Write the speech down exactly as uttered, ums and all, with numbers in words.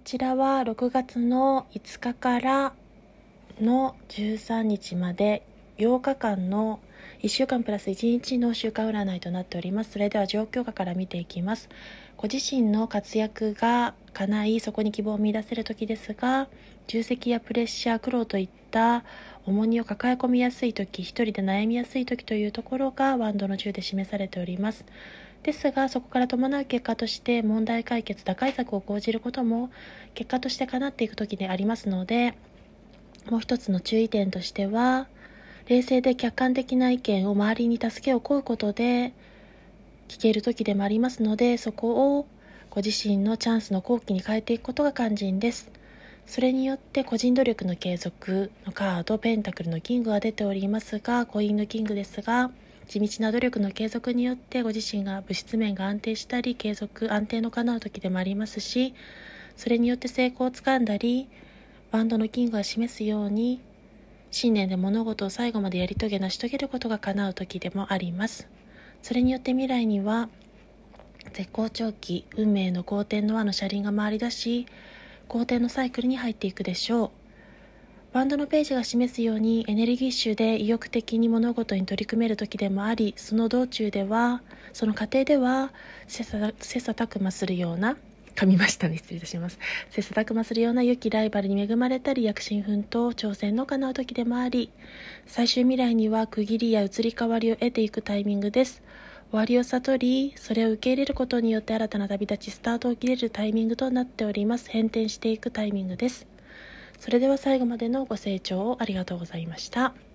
ちらはろくがつのいつかからのじゅうさんにちまでようかかんのいっしゅうかんプラスいちにちの週間占いとなっております。それでは状況下から見ていきます。ご自身の活躍が叶い、そこに希望を見出せる時ですが、重責やプレッシャー、苦労といった重荷を抱え込みやすい時、一人で悩みやすい時というところがワンドのじゅうで示されております。ですが、そこから伴う結果として問題解決、打開策を講じることも結果として叶っていく時でありますので、もう一つの注意点としては、冷静で客観的な意見を周りに助けを請うことで聞ける時でもありますので、そこをご自身のチャンスの好機に変えていくことが肝心です。それによって個人努力の継続のカード、ペンタクルのキングが出ておりますが、コインのキングですが、地道な努力の継続によってご自身が物質面が安定したり、継続安定の叶う時でもありますし、それによって成功をつかんだり、ワンドのキングが示すように信念で物事を最後までやり遂げ成し遂げることが叶う時でもあります。それによって未来には絶好調期、運命の好転の輪の車輪が回り出し、好転のサイクルに入っていくでしょう。バンドのページが示すようにエネルギッシュで意欲的に物事に取り組める時でもあり、その道中では、その過程では切磋琢磨するような噛みましたね、失礼いたします。切磋琢磨するような良きライバルに恵まれたり、躍進奮闘、挑戦の叶う時でもあり、最終未来には区切りや移り変わりを得ていくタイミングです。終わりを悟り、それを受け入れることによって新たな旅立ち、スタートを切れるタイミングとなっております。変転していくタイミングです。それでは最後までのご清聴をありがとうございました。